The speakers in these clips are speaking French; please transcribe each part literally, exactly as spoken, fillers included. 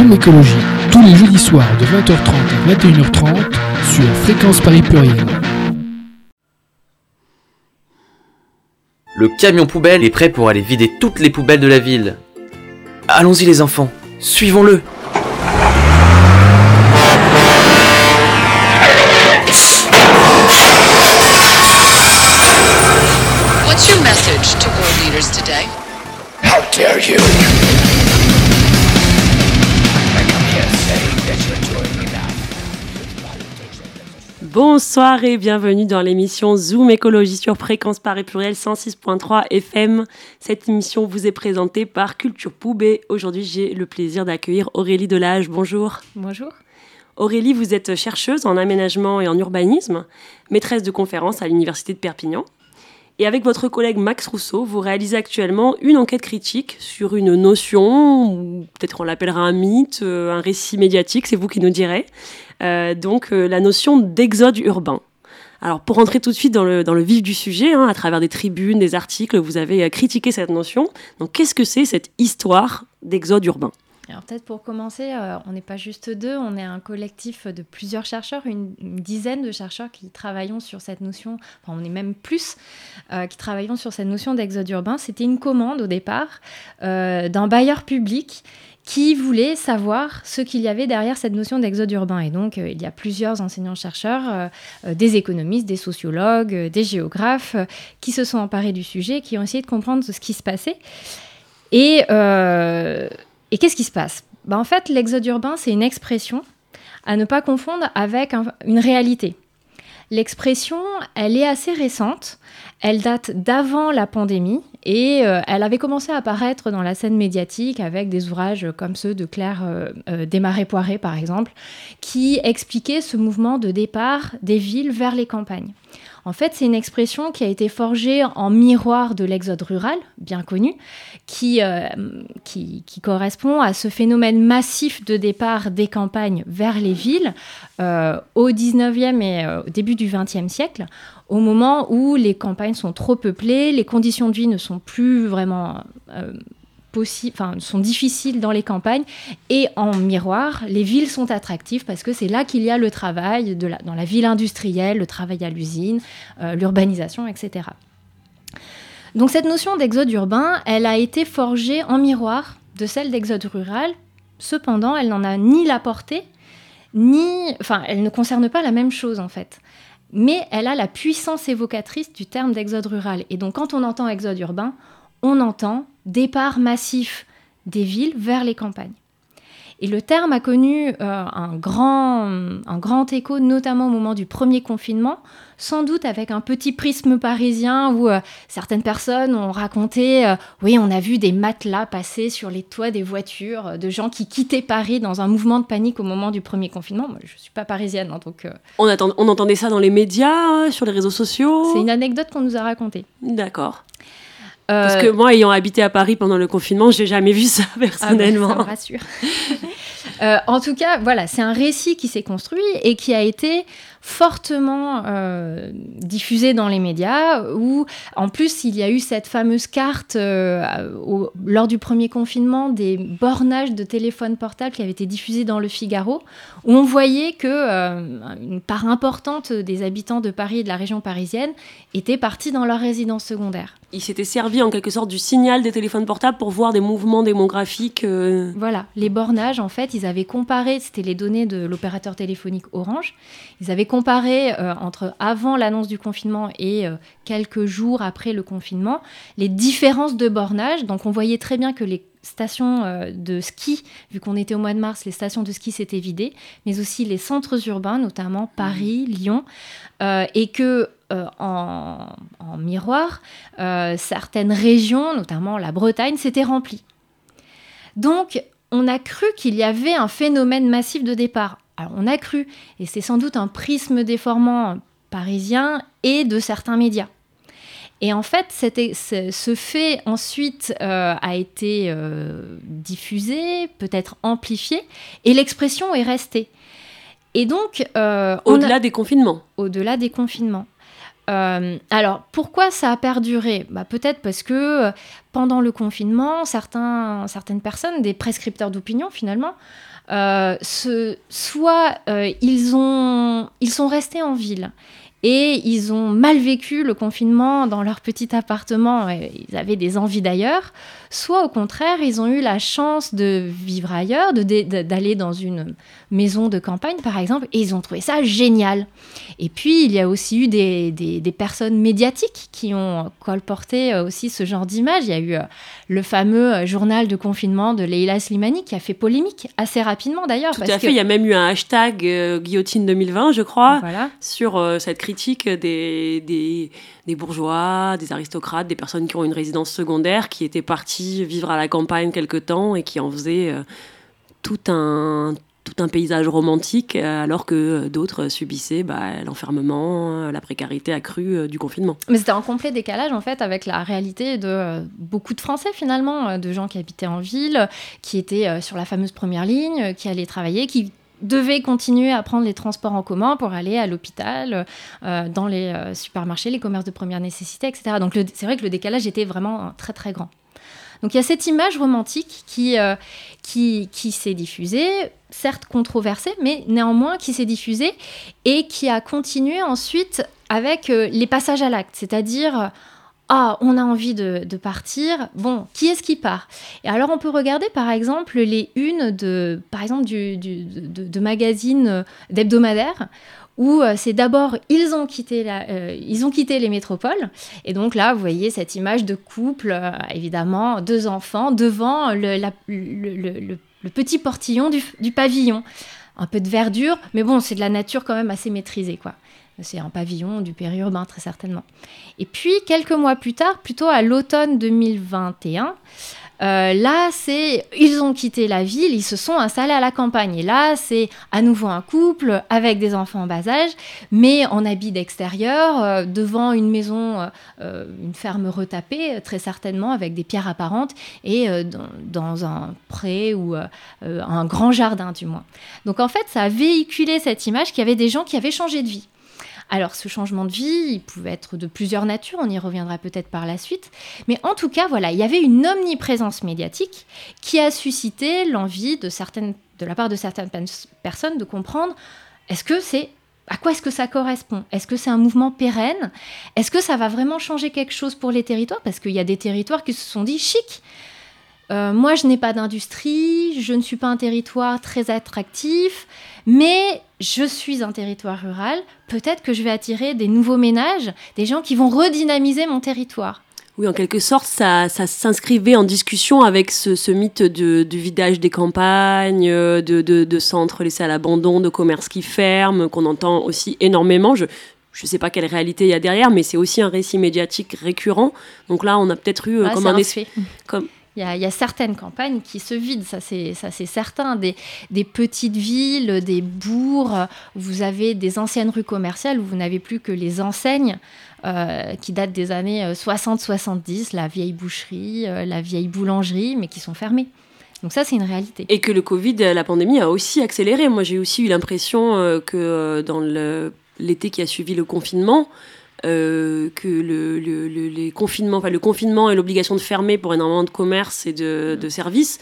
Zoom Écologie, tous les jeudis soirs de vingt heures trente à vingt et une heures trente sur Fréquence Paris Pluriel. Le camion poubelle est prêt pour aller vider toutes les poubelles de la ville. Allons-y les enfants, suivons-le. What's your message to world leaders today? How dare you? Bonsoir et bienvenue dans l'émission Zoom Écologie sur Fréquence Paris Pluriel cent six virgule trois F M. Cette émission vous est présentée par Culture Poubé. Aujourd'hui, j'ai le plaisir d'accueillir Aurélie Delage. Bonjour. Bonjour. Aurélie, vous êtes chercheuse en aménagement et en urbanisme, maîtresse de conférences à l'Université de Perpignan. Et avec votre collègue Max Rousseau, vous réalisez actuellement une enquête critique sur une notion, ou peut-être on l'appellera un mythe, un récit médiatique, c'est vous qui nous direz. Euh, donc euh, la notion d'exode urbain. Alors pour rentrer tout de suite dans le, dans le vif du sujet, hein, à travers des tribunes, des articles, vous avez euh, critiqué cette notion. Donc qu'est-ce que c'est cette histoire d'exode urbain ? Alors peut-être pour commencer, euh, on n'est pas juste deux, on est un collectif de plusieurs chercheurs, une, une dizaine de chercheurs qui travaillons sur cette notion, enfin on est même plus, euh, qui travaillons sur cette notion d'exode urbain. C'était une commande au départ euh, d'un bailleur public qui voulait savoir ce qu'il y avait derrière cette notion d'exode urbain. Et donc, euh, il y a plusieurs enseignants-chercheurs, euh, euh, des économistes, des sociologues, euh, des géographes, euh, qui se sont emparés du sujet, qui ont essayé de comprendre ce qui se passait. Et, euh, et qu'est-ce qui se passe ? Ben, en fait, l'exode urbain, c'est une expression à ne pas confondre avec un, une réalité. L'expression, elle est assez récente, elle date d'avant la pandémie et euh, elle avait commencé à apparaître dans la scène médiatique avec des ouvrages comme ceux de Claire euh, euh, Desmarais-Poiré, par exemple, qui expliquaient ce mouvement de départ des villes vers les campagnes. En fait, c'est une expression qui a été forgée en miroir de l'exode rural, bien connu, qui, euh, qui, qui correspond à ce phénomène massif de départ des campagnes vers les villes euh, au dix-neuvième et euh, au début du vingtième siècle, au moment où les campagnes sont trop peuplées, les conditions de vie ne sont plus vraiment euh, possibles, enfin, sont difficiles dans les campagnes, et en miroir, les villes sont attractives parce que c'est là qu'il y a le travail, de la, dans la ville industrielle, le travail à l'usine, euh, l'urbanisation, et cetera. Donc cette notion d'exode urbain, elle a été forgée en miroir de celle d'exode rural. Cependant, elle n'en a ni la portée, ni... Enfin, elle ne concerne pas la même chose, en fait. Mais elle a la puissance évocatrice du terme d'exode rural. Et donc, quand on entend exode urbain, on entend départ massif des villes vers les campagnes. Et le terme a connu euh, un, grand, un grand écho, notamment au moment du premier confinement, sans doute avec un petit prisme parisien où euh, certaines personnes ont raconté euh, « Oui, on a vu des matelas passer sur les toits des voitures euh, de gens qui quittaient Paris dans un mouvement de panique au moment du premier confinement. » Moi, je ne suis pas parisienne, hein, donc... Euh... On, attend, on entendait ça dans les médias, euh, sur les réseaux sociaux ? C'est une anecdote qu'on nous a racontée. D'accord. Euh... Parce que moi, ayant habité à Paris pendant le confinement, je n'ai jamais vu ça personnellement. Ah bah, ça me rassure. euh, en tout cas, voilà, c'est un récit qui s'est construit et qui a été fortement euh, diffusé dans les médias, où en plus il y a eu cette fameuse carte euh, au, lors du premier confinement des bornages de téléphones portables qui avaient été diffusés dans le Figaro, où on voyait que euh, une part importante des habitants de Paris et de la région parisienne étaient partis dans leur résidence secondaire. Ils s'étaient servis en quelque sorte du signal des téléphones portables pour voir des mouvements démographiques. Euh... Voilà, les bornages, en fait, ils avaient comparé, c'était les données de l'opérateur téléphonique Orange, ils avaient comparé euh, entre avant l'annonce du confinement et euh, quelques jours après le confinement, les différences de bornage. Donc on voyait très bien que les stations euh, de ski, vu qu'on était au mois de mars, les stations de ski s'étaient vidées, mais aussi les centres urbains, notamment Paris, Lyon, euh, et que euh, en, en miroir, euh, certaines régions, notamment la Bretagne, s'étaient remplies. Donc on a cru qu'il y avait un phénomène massif de départ. Alors on a cru, et c'est sans doute un prisme déformant parisien et de certains médias. Et en fait, c'était, ce fait ensuite euh, a été euh, diffusé, peut-être amplifié, et l'expression est restée. Et donc, euh, au-delà on a, des confinements. Au-delà des confinements. Euh, alors, pourquoi ça a perduré ? Bah, peut-être parce que euh, pendant le confinement, certains, certaines personnes, des prescripteurs d'opinion finalement, euh, se, soit euh, ils, ont, ils sont restés en ville et ils ont mal vécu le confinement dans leur petit appartement, et ils avaient des envies d'ailleurs, soit au contraire, ils ont eu la chance de vivre ailleurs, de, de, d'aller dans une maison de campagne par exemple, et ils ont trouvé ça génial. Et puis, il y a aussi eu des, des, des personnes médiatiques qui ont colporté aussi ce genre d'image. Il y a eu le fameux journal de confinement de Leila Slimani qui a fait polémique assez rapidement d'ailleurs. Tout parce à fait, que... il y a même eu un hashtag euh, Guillotine deux mille vingt, je crois, voilà. sur euh, cette critique des, des, des bourgeois, des aristocrates, des personnes qui ont une résidence secondaire, qui étaient partis vivre à la campagne quelque temps et qui en faisaient euh, tout un... tout un paysage romantique, alors que d'autres subissaient bah, l'enfermement, la précarité accrue du confinement. Mais c'était en complet décalage, en fait, avec la réalité de euh, beaucoup de Français, finalement, euh, de gens qui habitaient en ville, qui étaient euh, sur la fameuse première ligne, euh, qui allaient travailler, qui devaient continuer à prendre les transports en commun pour aller à l'hôpital, euh, dans les euh, supermarchés, les commerces de première nécessité, et cetera. Donc le, c'est vrai que le décalage était vraiment très, très grand. Donc il y a cette image romantique qui, euh, qui, qui s'est diffusée, certes controversée, mais néanmoins qui s'est diffusée et qui a continué ensuite avec euh, les passages à l'acte, c'est-à-dire ah, on a envie de, de partir, bon, qui est-ce qui part ? Et alors on peut regarder par exemple les unes de, par exemple, du, du, de, de magazines d'hebdomadaires, où euh, c'est d'abord, ils ont, quitté la, euh, ils ont quitté les métropoles. Et donc là, vous voyez cette image de couple, euh, évidemment, deux enfants, devant le, la, le, le, le, le petit portillon du, du pavillon. Un peu de verdure, mais bon, c'est de la nature quand même assez maîtrisée, quoi. C'est un pavillon du périurbain, très certainement. Et puis, quelques mois plus tard, plutôt à l'automne deux mille vingt et un, Euh, là, c'est ils ont quitté la ville, ils se sont installés à la campagne. Et là, c'est à nouveau un couple avec des enfants en bas âge, mais en habit d'extérieur, euh, devant une maison, euh, une ferme retapée, très certainement, avec des pierres apparentes, et euh, dans, dans un pré ou euh, un grand jardin, du moins. Donc, en fait, ça a véhiculé cette image qu'il y avait des gens qui avaient changé de vie. Alors, ce changement de vie, il pouvait être de plusieurs natures, on y reviendra peut-être par la suite. Mais en tout cas, voilà, il y avait une omniprésence médiatique qui a suscité l'envie de, certaines, de la part de certaines personnes de comprendre, est-ce que c'est, à quoi est-ce que ça correspond ? Est-ce que c'est un mouvement pérenne ? Est-ce que ça va vraiment changer quelque chose pour les territoires ? Parce qu'il y a des territoires qui se sont dit, chic, euh, moi je n'ai pas d'industrie, je ne suis pas un territoire très attractif, mais je suis un territoire rural, peut-être que je vais attirer des nouveaux ménages, des gens qui vont redynamiser mon territoire. Oui, en quelque sorte, ça, ça s'inscrivait en discussion avec ce, ce mythe de, du vidage des campagnes, de, de, de centres laissés à l'abandon, de commerces qui ferment, qu'on entend aussi énormément. Je ne sais pas quelle réalité il y a derrière, mais c'est aussi un récit médiatique récurrent. Donc là, on a peut-être eu ah, comme c'est un... un es- fait. comme... Il y, a, il y a certaines campagnes qui se vident, ça c'est, ça c'est certain. Des, des petites villes, des bourgs, où vous avez des anciennes rues commerciales où vous n'avez plus que les enseignes euh, qui datent des années soixante soixante-dix, la vieille boucherie, euh, la vieille boulangerie, mais qui sont fermées. Donc ça, c'est une réalité. Et que le Covid, la pandémie, a aussi accéléré. Moi, j'ai aussi eu l'impression euh, que euh, dans le, l'été qui a suivi le confinement, Euh, que le, le, le, les confinements, enfin, le confinement et l'obligation de fermer pour énormément de commerces et de, de services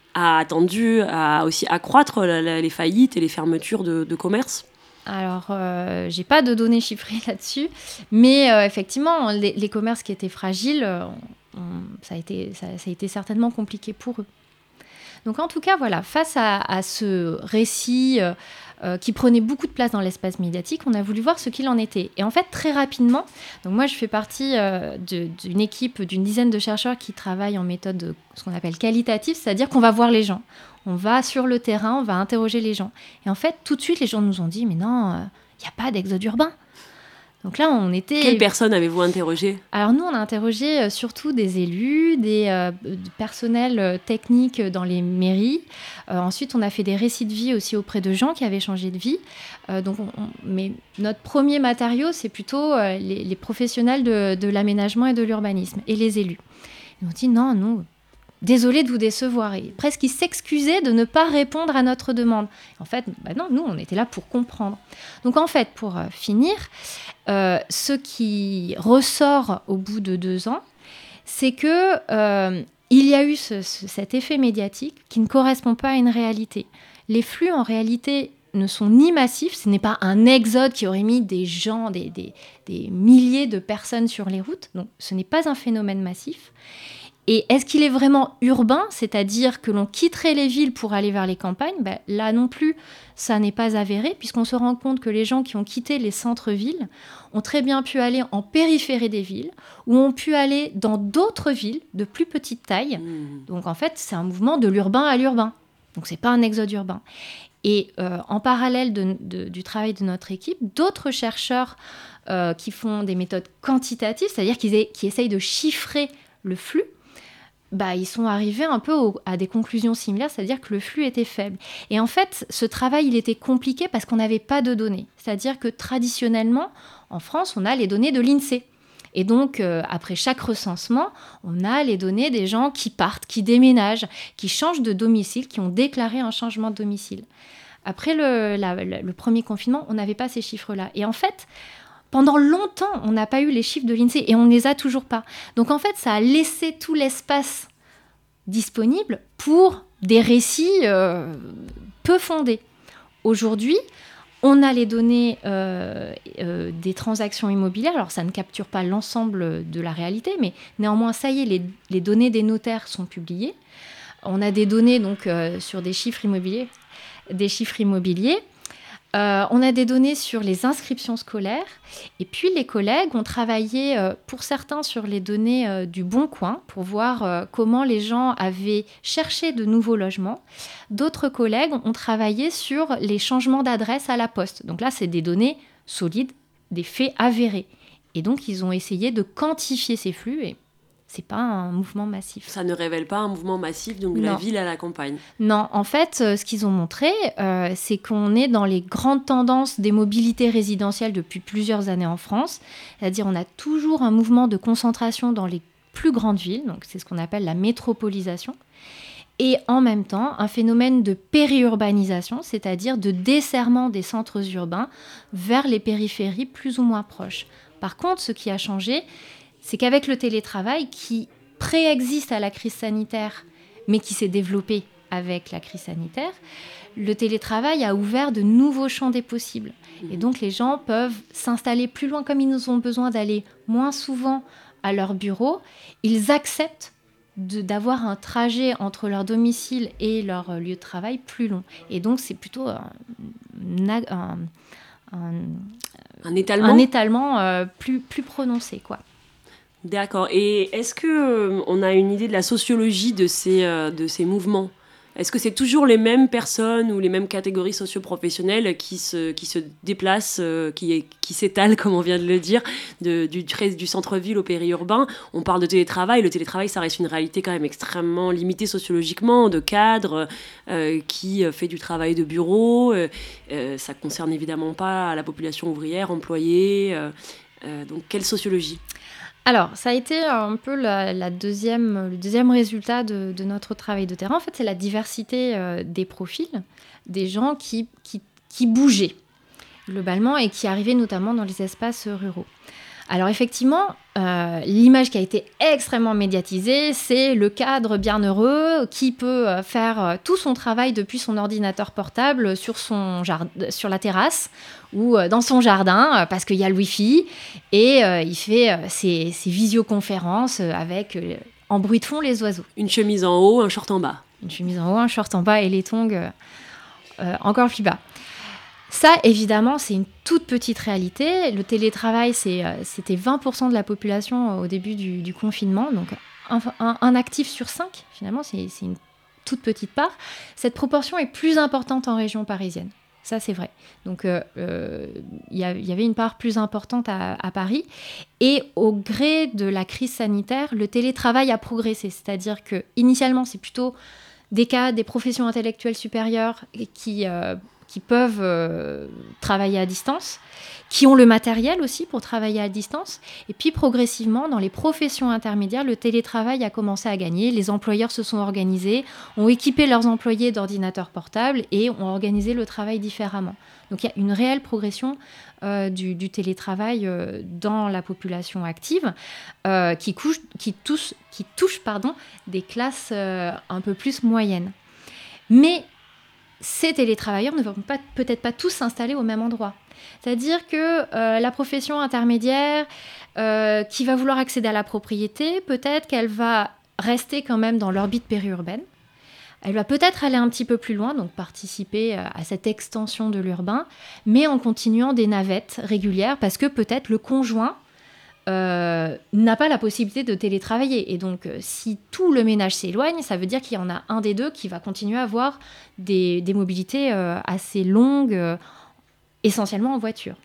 a tendu à aussi accroître la, la, les faillites et les fermetures de, de commerces. Alors, euh, j'ai pas de données chiffrées là-dessus, mais euh, effectivement, les, les commerces qui étaient fragiles, euh, on, ça, a été, ça, ça a été certainement compliqué pour eux. Donc en tout cas, voilà, face à, à ce récit euh, euh, qui prenait beaucoup de place dans l'espace médiatique, on a voulu voir ce qu'il en était. Et en fait, très rapidement, donc moi je fais partie euh, de, d'une équipe d'une dizaine de chercheurs qui travaillent en méthode, ce qu'on appelle qualitative, c'est-à-dire qu'on va voir les gens. On va sur le terrain, on va interroger les gens. Et en fait, tout de suite, les gens nous ont dit, mais non, il n'y a pas d'exode urbain. Donc là, on était... Quelles personnes avez-vous interrogé ? Alors nous, on a interrogé euh, surtout des élus, des euh, personnels euh, techniques dans les mairies. Euh, ensuite, on a fait des récits de vie aussi auprès de gens qui avaient changé de vie. Euh, donc, on, on, mais notre premier matériau, c'est plutôt euh, les, les professionnels de, de l'aménagement et de l'urbanisme et les élus. Ils ont dit non, nous, désolé de vous décevoir. Et presque, il s'excusait de ne pas répondre à notre demande. En fait, bah non, nous, on était là pour comprendre. Donc, en fait, pour euh, finir, euh, ce qui ressort au bout de deux ans, c'est que euh, il y a eu ce, ce, cet effet médiatique qui ne correspond pas à une réalité. Les flux, en réalité, ne sont ni massifs, ce n'est pas un exode qui aurait mis des gens, des, des, des milliers de personnes sur les routes, donc ce n'est pas un phénomène massif. Et est-ce qu'il est vraiment urbain, c'est-à-dire que l'on quitterait les villes pour aller vers les campagnes ? Ben, là non plus, ça n'est pas avéré, puisqu'on se rend compte que les gens qui ont quitté les centres-villes ont très bien pu aller en périphérie des villes, ou ont pu aller dans d'autres villes de plus petite taille. Mmh. Donc en fait, c'est un mouvement de l'urbain à l'urbain. Donc c'est pas un exode urbain. Et euh, en parallèle de, de, du travail de notre équipe, d'autres chercheurs euh, qui font des méthodes quantitatives, c'est-à-dire qu'ils aient, qui essayent de chiffrer le flux, bah, ils sont arrivés un peu au, à des conclusions similaires, c'est-à-dire que le flux était faible. Et en fait, ce travail, il était compliqué parce qu'on n'avait pas de données. C'est-à-dire que traditionnellement, en France, on a les données de l'INSEE. Et donc, euh, après chaque recensement, on a les données des gens qui partent, qui déménagent, qui changent de domicile, qui ont déclaré un changement de domicile. Après le, la, la, le premier confinement, on n'avait pas ces chiffres-là. Et en fait, pendant longtemps, on n'a pas eu les chiffres de l'INSEE et on ne les a toujours pas. Donc en fait, ça a laissé tout l'espace disponible pour des récits euh, peu fondés. Aujourd'hui, on a les données euh, euh, des transactions immobilières. Alors, ça ne capture pas l'ensemble de la réalité, mais néanmoins, ça y est, les, les données des notaires sont publiées. On a des données donc, euh, sur des chiffres immobiliers. Des chiffres immobiliers. Euh, on a des données sur les inscriptions scolaires. Et puis, les collègues ont travaillé, euh, pour certains, sur les données euh, du Bon Coin, pour voir euh, comment les gens avaient cherché de nouveaux logements. D'autres collègues ont travaillé sur les changements d'adresse à la poste. Donc là, c'est des données solides, des faits avérés. Et donc, ils ont essayé de quantifier ces flux et c'est pas un mouvement massif. Ça ne révèle pas un mouvement massif, donc de la ville à la campagne. Non, en fait, euh, ce qu'ils ont montré, euh, c'est qu'on est dans les grandes tendances des mobilités résidentielles depuis plusieurs années en France. C'est-à-dire, on a toujours un mouvement de concentration dans les plus grandes villes, donc c'est ce qu'on appelle la métropolisation. Et en même temps, un phénomène de périurbanisation, c'est-à-dire de desserrement des centres urbains vers les périphéries plus ou moins proches. Par contre, ce qui a changé, c'est qu'avec le télétravail qui préexiste à la crise sanitaire, mais qui s'est développé avec la crise sanitaire, le télétravail a ouvert de nouveaux champs des possibles. Et donc, les gens peuvent s'installer plus loin, comme ils ont besoin d'aller moins souvent à leur bureau. Ils acceptent de, d'avoir un trajet entre leur domicile et leur lieu de travail plus long. Et donc, c'est plutôt un, un, un, un étalement, un étalement euh, plus, plus prononcé, quoi. D'accord. Et est-ce que euh, on a une idée de la sociologie de ces, euh, de ces mouvements ? Est-ce que c'est toujours les mêmes personnes ou les mêmes catégories socio-professionnelles qui se, qui se déplacent, euh, qui, qui s'étalent, comme on vient de le dire, de, du, du centre-ville au périurbain ? On parle de télétravail. Le télétravail, ça reste une réalité quand même extrêmement limitée sociologiquement, de cadres euh, qui fait du travail de bureau. Euh, euh, ça ne concerne évidemment pas la population ouvrière, employée. Euh, euh, donc, quelle sociologie ? Alors, ça a été un peu la, la deuxième, le deuxième résultat de, de notre travail de terrain. En fait, c'est la diversité euh, des profils, des gens qui, qui, qui bougeaient globalement et qui arrivaient notamment dans les espaces ruraux. Alors effectivement, euh, l'image qui a été extrêmement médiatisée, c'est le cadre bienheureux qui peut faire tout son travail depuis son ordinateur portable sur, son jard- sur la terrasse ou dans son jardin parce qu'il y a le Wi-Fi et euh, il fait euh, ses, ses visioconférences avec euh, en bruit de fond les oiseaux. Une chemise en haut, un short en bas. Une chemise en haut, un short en bas et les tongs euh, euh, encore plus bas. Ça, évidemment, c'est une toute petite réalité. Le télétravail, c'est, euh, c'était vingt pour cent de la population au début du, du confinement. Donc, un, un, un actif sur cinq, finalement, c'est, c'est une toute petite part. Cette proportion est plus importante en région parisienne. Ça, c'est vrai. Donc, il euh, euh, y, y avait une part plus importante à, à Paris. Et au gré de la crise sanitaire, le télétravail a progressé. C'est-à-dire qu'initialement, c'est plutôt des cas, des professions intellectuelles supérieures qui... Euh, qui peuvent euh, travailler à distance, qui ont le matériel aussi pour travailler à distance. Et puis progressivement, dans les professions intermédiaires, le télétravail a commencé à gagner. Les employeurs se sont organisés, ont équipé leurs employés d'ordinateurs portables et ont organisé le travail différemment. Donc il y a une réelle progression euh, du, du télétravail euh, dans la population active euh, qui, couche, qui touche, qui touche pardon, des classes euh, un peu plus moyennes. Mais ces télétravailleurs ne vont pas, peut-être pas tous s'installer au même endroit. C'est-à-dire que euh, la profession intermédiaire euh, qui va vouloir accéder à la propriété, peut-être qu'elle va rester quand même dans l'orbite périurbaine. Elle va peut-être aller un petit peu plus loin, donc participer à cette extension de l'urbain, mais en continuant des navettes régulières, parce que peut-être le conjoint euh, n'a pas la possibilité de télétravailler. Et donc, si tout le ménage s'éloigne, ça veut dire qu'il y en a un des deux qui va continuer à avoir des, des mobilités euh, assez longues, euh, essentiellement en voiture.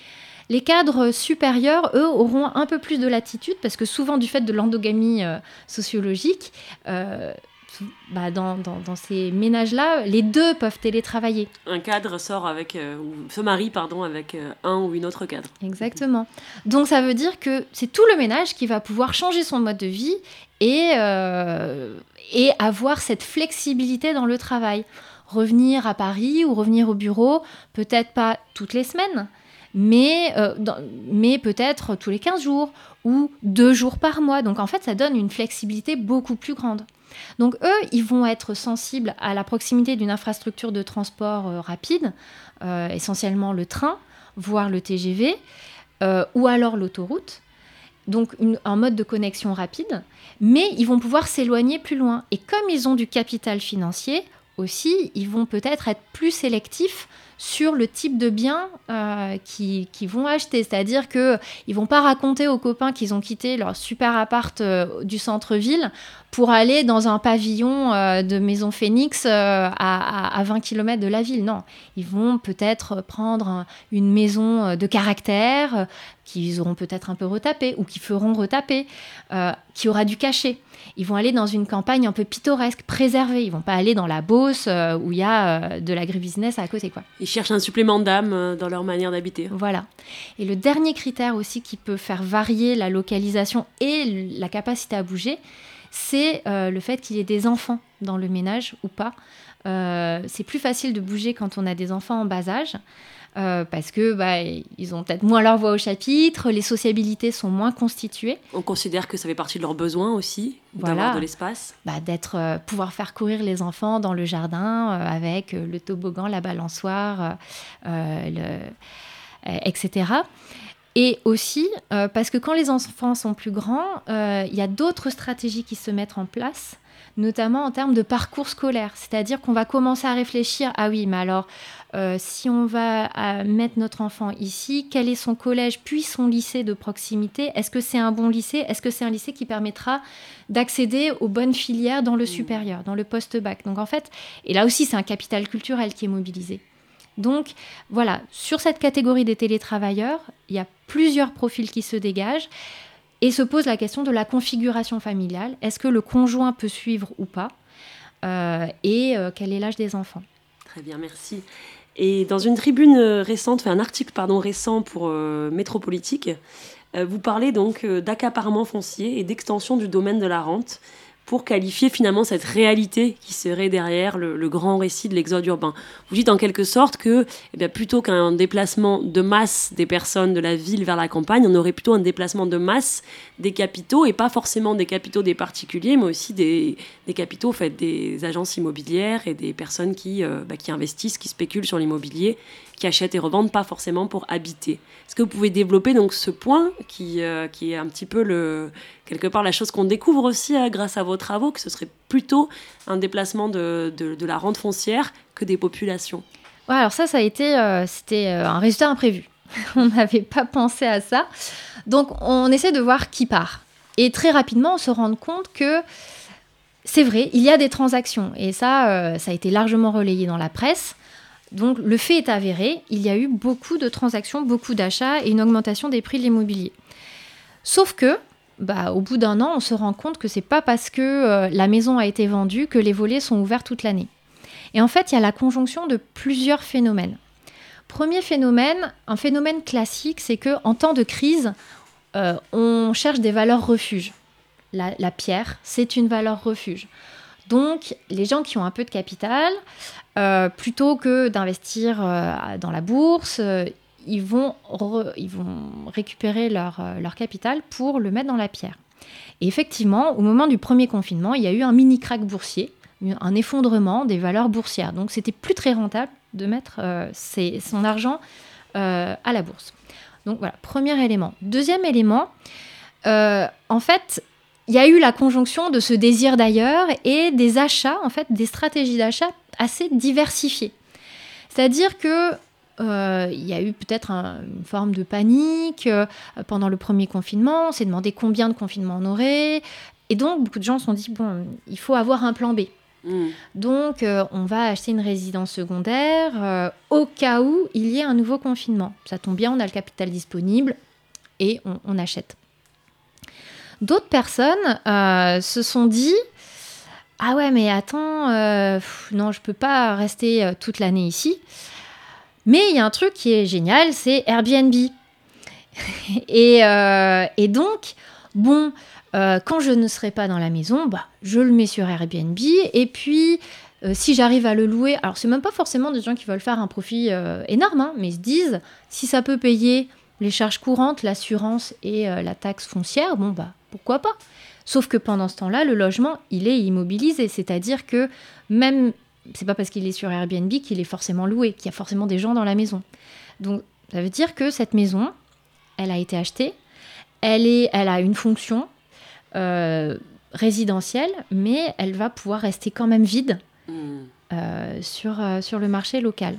Les cadres supérieurs, eux, auront un peu plus de latitude, parce que souvent, du fait de l'endogamie euh, sociologique, euh, Bah dans, dans, dans ces ménages-là, les deux peuvent télétravailler. Un cadre sort avec, euh, ou se marie pardon, avec euh, un ou une autre cadre. Exactement. Donc ça veut dire que c'est tout le ménage qui va pouvoir changer son mode de vie et, euh, et avoir cette flexibilité dans le travail. Revenir à Paris ou revenir au bureau, peut-être pas toutes les semaines, mais, euh, dans, mais peut-être tous les quinze jours ou deux jours par mois. Donc en fait, ça donne une flexibilité beaucoup plus grande. Donc eux, ils vont être sensibles à la proximité d'une infrastructure de transport euh, rapide, euh, essentiellement le train, voire le T G V, euh, ou alors l'autoroute. Donc une, un mode de connexion rapide, mais ils vont pouvoir s'éloigner plus loin. Et comme ils ont du capital financier, aussi, ils vont peut-être être plus sélectifs sur le type de biens euh, qu'ils, qu'ils vont acheter. C'est-à-dire qu'ils ne vont pas raconter aux copains qu'ils ont quitté leur super appart euh, du centre-ville pour aller dans un pavillon euh, de Maison Phoenix euh, à, à, à vingt kilomètres de la ville. Non, ils vont peut-être prendre une maison de caractère euh, qu'ils auront peut-être un peu retapée ou qu'ils feront retaper, euh, qui aura du cachet. Ils vont aller dans une campagne un peu pittoresque, préservée. Ils ne vont pas aller dans la Beauce euh, où il y a euh, de l'agribusiness à côté, quoi. Ils cherchent un supplément d'âme euh, dans leur manière d'habiter. Voilà. Et le dernier critère aussi qui peut faire varier la localisation et la capacité à bouger, c'est euh, le fait qu'il y ait des enfants dans le ménage ou pas. Euh, c'est plus facile de bouger quand on a des enfants en bas âge. Euh, parce que bah, ils ont peut-être moins leur voix au chapitre, les sociabilités sont moins constituées. On considère que ça fait partie de leurs besoins aussi, voilà. D'avoir de l'espace. Bah, d'être, euh, pouvoir faire courir les enfants dans le jardin euh, avec euh, le toboggan, la balançoire, euh, le, euh, et cetera. Et aussi, euh, parce que quand les enfants sont plus grands, euh, il y a d'autres stratégies qui se mettent en place, notamment en termes de parcours scolaire. C'est-à-dire qu'on va commencer à réfléchir, ah oui, mais alors, euh, si on va euh, mettre notre enfant ici, quel est son collège, puis son lycée de proximité ? Est-ce que c'est un bon lycée ? Est-ce que c'est un lycée qui permettra d'accéder aux bonnes filières dans le supérieur, dans le post-bac ? Donc en fait, et là aussi, c'est un capital culturel qui est mobilisé. Donc voilà, sur cette catégorie des télétravailleurs, il y a plusieurs profils qui se dégagent. Et se pose la question de la configuration familiale. Est-ce que le conjoint peut suivre ou pas ? euh, Et euh, quel est l'âge des enfants ? Très bien, merci. Et dans une tribune récente, enfin un article pardon, récent pour euh, Métropolitique, euh, vous parlez donc euh, d'accaparement foncier et d'extension du domaine de la rente pour qualifier finalement cette réalité qui serait derrière le, le grand récit de l'exode urbain. Vous dites en quelque sorte que eh bien, plutôt qu'un déplacement de masse des personnes de la ville vers la campagne, on aurait plutôt un déplacement de masse des capitaux, et pas forcément des capitaux des particuliers, mais aussi des, des capitaux en fait, des agences immobilières et des personnes qui, euh, bah, qui investissent, qui spéculent sur l'immobilier, qui achètent et revendent, pas forcément pour habiter. Est-ce que vous pouvez développer donc ce point qui, euh, qui est un petit peu le, quelque part la chose qu'on découvre aussi euh, grâce à vos travaux, que ce serait plutôt un déplacement de, de, de la rente foncière que des populations ? Ouais, alors ça, ça a été euh, c'était euh, un résultat imprévu. On n'avait pas pensé à ça. Donc on essaie de voir qui part. Et très rapidement, on se rend compte que c'est vrai, il y a des transactions. Et ça, euh, ça a été largement relayé dans la presse. Donc le fait est avéré, il y a eu beaucoup de transactions, beaucoup d'achats et une augmentation des prix de l'immobilier. Sauf que, bah, au bout d'un an, on se rend compte que c'est pas parce que euh, la maison a été vendue que les volets sont ouverts toute l'année. Et en fait, il y a la conjonction de plusieurs phénomènes. Premier phénomène, un phénomène classique, c'est qu'en temps de crise, euh, on cherche des valeurs refuges. La, la pierre, c'est une valeur refuge. Donc, les gens qui ont un peu de capital, euh, plutôt que d'investir euh, dans la bourse, euh, ils, vont re, ils vont récupérer leur, euh, leur capital pour le mettre dans la pierre. Et effectivement, au moment du premier confinement, il y a eu un mini-crack boursier, un effondrement des valeurs boursières. Donc, c'était plus très rentable de mettre euh, ses, son argent euh, à la bourse. Donc, voilà, premier élément. Deuxième élément, euh, en fait... il y a eu la conjonction de ce désir d'ailleurs et des achats, en fait, des stratégies d'achat assez diversifiées. C'est-à-dire que euh, il y a eu peut-être un, une forme de panique euh, pendant le premier confinement. On s'est demandé combien de confinements on aurait. Et donc, beaucoup de gens se sont dit, bon, il faut avoir un plan B. Mmh. Donc, euh, on va acheter une résidence secondaire euh, au cas où il y ait un nouveau confinement. Ça tombe bien, on a le capital disponible et on, on achète. D'autres personnes euh, se sont dit « Ah ouais, mais attends, euh, pff, non, je ne peux pas rester euh, toute l'année ici. » Mais il y a un truc qui est génial, c'est Airbnb. et, euh, et donc, bon, euh, quand je ne serai pas dans la maison, bah, je le mets sur Airbnb. Et puis, euh, si j'arrive à le louer... Alors, ce n'est même pas forcément des gens qui veulent faire un profit euh, énorme, hein, mais ils se disent « Si ça peut payer les charges courantes, l'assurance et euh, la taxe foncière, bon, bah, pourquoi pas ?» Sauf que pendant ce temps-là, le logement, il est immobilisé. C'est-à-dire que même, c'est pas parce qu'il est sur Airbnb qu'il est forcément loué, qu'il y a forcément des gens dans la maison. Donc, ça veut dire que cette maison, elle a été achetée, elle, est, elle a une fonction euh, résidentielle, mais elle va pouvoir rester quand même vide mmh. euh, sur, euh, sur le marché local.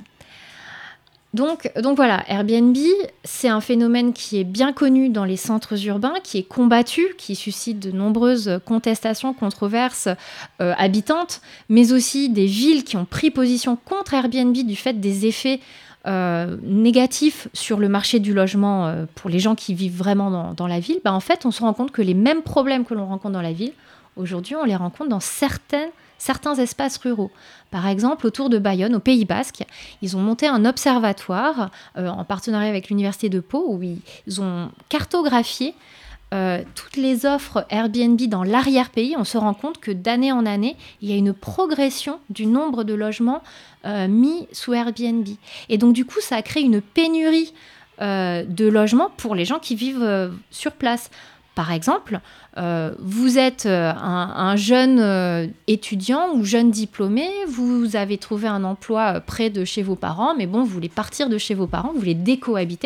Donc, donc voilà, Airbnb, c'est un phénomène qui est bien connu dans les centres urbains, qui est combattu, qui suscite de nombreuses contestations, controverses euh, habitantes, mais aussi des villes qui ont pris position contre Airbnb du fait des effets euh, négatifs sur le marché du logement euh, pour les gens qui vivent vraiment dans, dans la ville. Bah, en fait, on se rend compte que les mêmes problèmes que l'on rencontre dans la ville, aujourd'hui, on les rencontre dans certaines certains espaces ruraux. Par exemple, autour de Bayonne, au Pays Basque, ils ont monté un observatoire euh, en partenariat avec l'Université de Pau où ils, ils ont cartographié euh, toutes les offres Airbnb dans l'arrière-pays. On se rend compte que d'année en année, il y a une progression du nombre de logements euh, mis sous Airbnb. Et donc, du coup, ça a créé une pénurie euh, de logements pour les gens qui vivent euh, sur place. Par exemple, euh, vous êtes euh, un, un jeune euh, étudiant ou jeune diplômé, vous avez trouvé un emploi euh, près de chez vos parents, mais bon, vous voulez partir de chez vos parents, vous voulez décohabiter.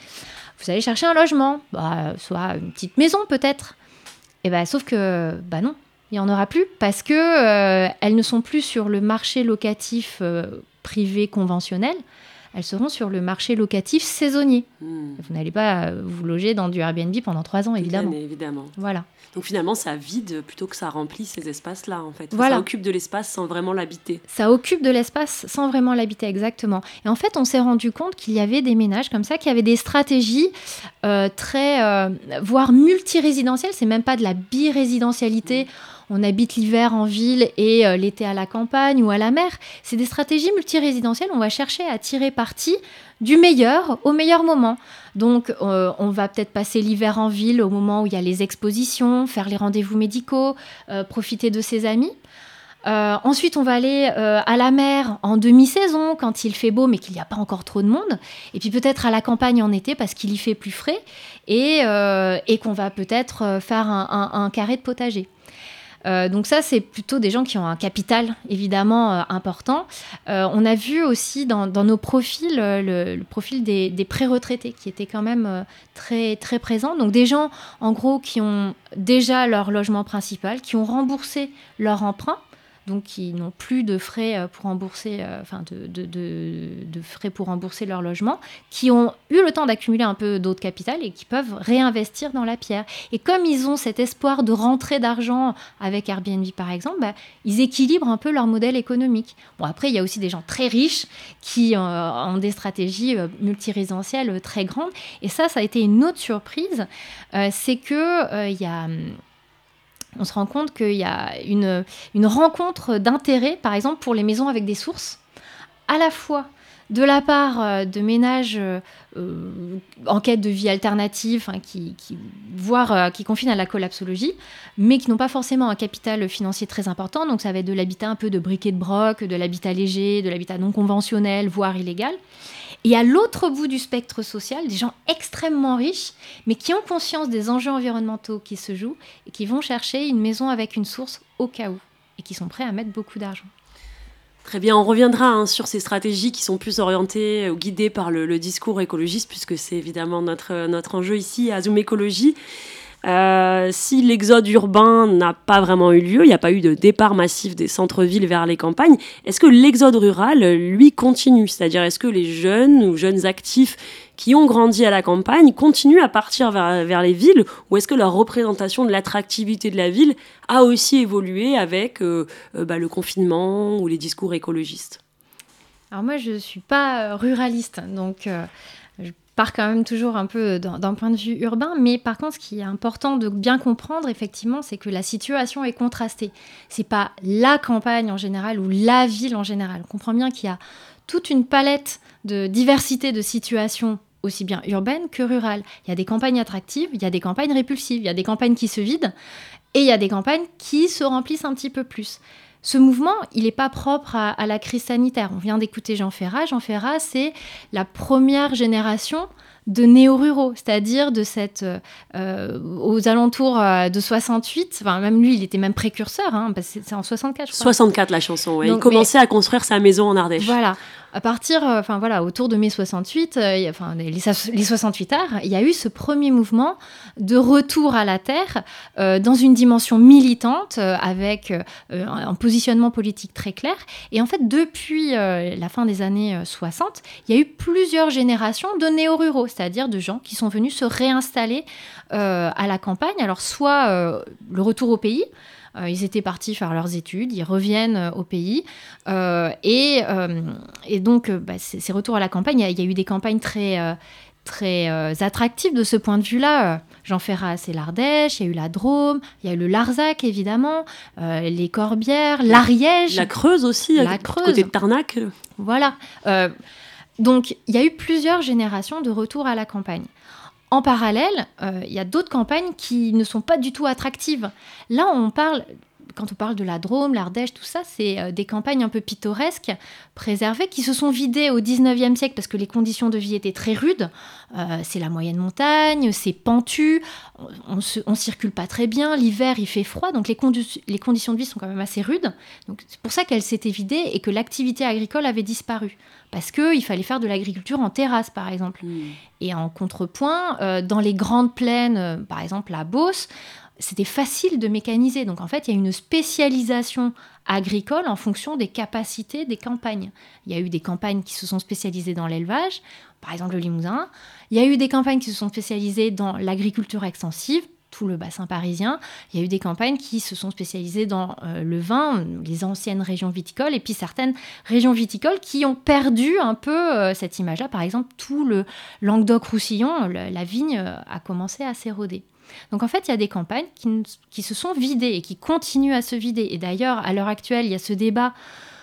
Vous allez chercher un logement, bah, soit une petite maison peut-être. Et bah, sauf que, bah non, il n'y en aura plus parce qu'elles euh, ne sont plus sur le marché locatif euh, privé conventionnel. Elles seront sur le marché locatif saisonnier. Mmh. Vous n'allez pas vous loger dans du Airbnb pendant trois ans, évidemment. Bien, évidemment. Voilà. Donc finalement, ça vide plutôt que ça remplit ces espaces-là, en fait. Enfin, voilà. Ça occupe de l'espace sans vraiment l'habiter. Ça occupe de l'espace sans vraiment l'habiter, exactement. Et en fait, on s'est rendu compte qu'il y avait des ménages comme ça, qui avaient des stratégies euh, très, euh, voire multirésidentielles. C'est même pas de la birésidentialité. Mmh. On habite l'hiver en ville et euh, l'été à la campagne ou à la mer. C'est des stratégies multirésidentielles. On va chercher à tirer parti du meilleur au meilleur moment. Donc, euh, on va peut-être passer l'hiver en ville au moment où il y a les expositions, faire les rendez-vous médicaux, euh, profiter de ses amis. Euh, ensuite, on va aller euh, à la mer en demi-saison, quand il fait beau, mais qu'il n'y a pas encore trop de monde. Et puis peut-être à la campagne en été, parce qu'il y fait plus frais. Et, euh, et qu'on va peut-être faire un, un, un carré de potager. Euh, donc ça, c'est plutôt des gens qui ont un capital, évidemment, euh, important. Euh, on a vu aussi dans, dans nos profils, euh, le, le profil des, des pré-retraités, qui était quand même euh, très, très présent. Donc des gens, en gros, qui ont déjà leur logement principal, qui ont remboursé leur emprunt, donc qui n'ont plus de frais pour rembourser, euh, enfin de, de, de, de frais pour rembourser leur logement, qui ont eu le temps d'accumuler un peu d'autres capital et qui peuvent réinvestir dans la pierre. Et comme ils ont cet espoir de rentrée d'argent avec Airbnb par exemple, bah, ils équilibrent un peu leur modèle économique. Bon, après, il y a aussi des gens très riches qui euh, ont des stratégies euh, multirésidentielles très grandes. Et ça, ça a été une autre surprise, euh, c'est que euh, il y a... on se rend compte qu'il y a une, une rencontre d'intérêt, par exemple, pour les maisons avec des sources, à la fois de la part de ménages euh, en quête de vie alternative, hein, qui, qui, voire euh, qui confinent à la collapsologie, mais qui n'ont pas forcément un capital financier très important. Donc ça va être de l'habitat un peu de briquet de broc, de l'habitat léger, de l'habitat non conventionnel, voire illégal. Et à l'autre bout du spectre social, des gens extrêmement riches, mais qui ont conscience des enjeux environnementaux qui se jouent et qui vont chercher une maison avec une source au cas où, et qui sont prêts à mettre beaucoup d'argent. Très bien, on reviendra hein, sur ces stratégies qui sont plus orientées ou guidées par le, le discours écologiste, puisque c'est évidemment notre, notre enjeu ici à Zoom Écologie. Euh, si l'exode urbain n'a pas vraiment eu lieu, il n'y a pas eu de départ massif des centres-villes vers les campagnes, est-ce que l'exode rural, lui, continue ? C'est-à-dire, est-ce que les jeunes ou jeunes actifs qui ont grandi à la campagne continuent à partir vers, vers les villes, ou est-ce que leur représentation de l'attractivité de la ville a aussi évolué avec euh, euh, bah, le confinement ou les discours écologistes ? Alors moi, je ne suis pas ruraliste, donc euh, je pars quand même toujours un peu d'un, d'un point de vue urbain, mais par contre, ce qui est important de bien comprendre, effectivement, c'est que la situation est contrastée. Ce n'est pas la campagne en général ou la ville en général. On comprend bien qu'il y a toute une palette de diversité de situations aussi bien urbaine que rurale. Il y a des campagnes attractives, il y a des campagnes répulsives, il y a des campagnes qui se vident et il y a des campagnes qui se remplissent un petit peu plus. Ce mouvement, il n'est pas propre à, à la crise sanitaire. On vient d'écouter Jean Ferrat. Jean Ferrat, c'est la première génération de néo-ruraux, c'est-à-dire de cette, euh, aux alentours de soixante-huit, enfin même lui, il était même précurseur, hein, parce que c'est en soixante-quatre, je crois. soixante-quatre, la chanson, ouais. Donc, il commençait mais, à construire sa maison en Ardèche. Voilà. À partir, enfin voilà, autour de mai soixante-huit, euh, enfin les, les soixante-huit arts, il y a eu ce premier mouvement de retour à la terre euh, dans une dimension militante euh, avec euh, un positionnement politique très clair. Et en fait, depuis euh, la fin des années soixante, il y a eu plusieurs générations de néo-ruraux, c'est-à-dire de gens qui sont venus se réinstaller euh, à la campagne. Alors soit euh, le retour au pays. Euh, ils étaient partis faire leurs études, ils reviennent euh, au pays. Euh, et, euh, et donc, euh, bah, ces, ces retours à la campagne, il y, y a eu des campagnes très, euh, très euh, attractives de ce point de vue-là. Euh, Jean Ferrat, c'est l'Ardèche, il y a eu la Drôme, il y a eu le Larzac, évidemment, euh, les Corbières, l'Ariège. La Creuse aussi, la à Creuse. côté de Tarnac. Voilà. Euh, donc, il y a eu plusieurs générations de retour à la campagne. En parallèle, euh, il y a d'autres campagnes qui ne sont pas du tout attractives. Là, on parle, quand on parle de la Drôme, l'Ardèche, tout ça, c'est euh, des campagnes un peu pittoresques, préservées, qui se sont vidées au dix-neuvième siècle parce que les conditions de vie étaient très rudes. Euh, c'est la moyenne montagne, c'est pentu, on ne circule pas très bien, l'hiver, il fait froid, donc les, condi- les conditions de vie sont quand même assez rudes. Donc, c'est pour ça qu'elles s'étaient vidées et que l'activité agricole avait disparu. Parce qu'il fallait faire de l'agriculture en terrasse, par exemple. Mmh. Et en contrepoint, euh, dans les grandes plaines, euh, par exemple la Beauce, c'était facile de mécaniser. Donc en fait, il y a une spécialisation agricole en fonction des capacités des campagnes. Il y a eu des campagnes qui se sont spécialisées dans l'élevage, par exemple le Limousin. Il y a eu des campagnes qui se sont spécialisées dans l'agriculture extensive, tout le bassin parisien. Il y a eu des campagnes qui se sont spécialisées dans euh, le vin, les anciennes régions viticoles, et puis certaines régions viticoles qui ont perdu un peu euh, cette image-là. Par exemple, tout le Languedoc-Roussillon, le, la vigne euh, a commencé à s'éroder. Donc en fait, il y a des campagnes qui, qui se sont vidées et qui continuent à se vider. Et d'ailleurs, à l'heure actuelle, il y a ce débat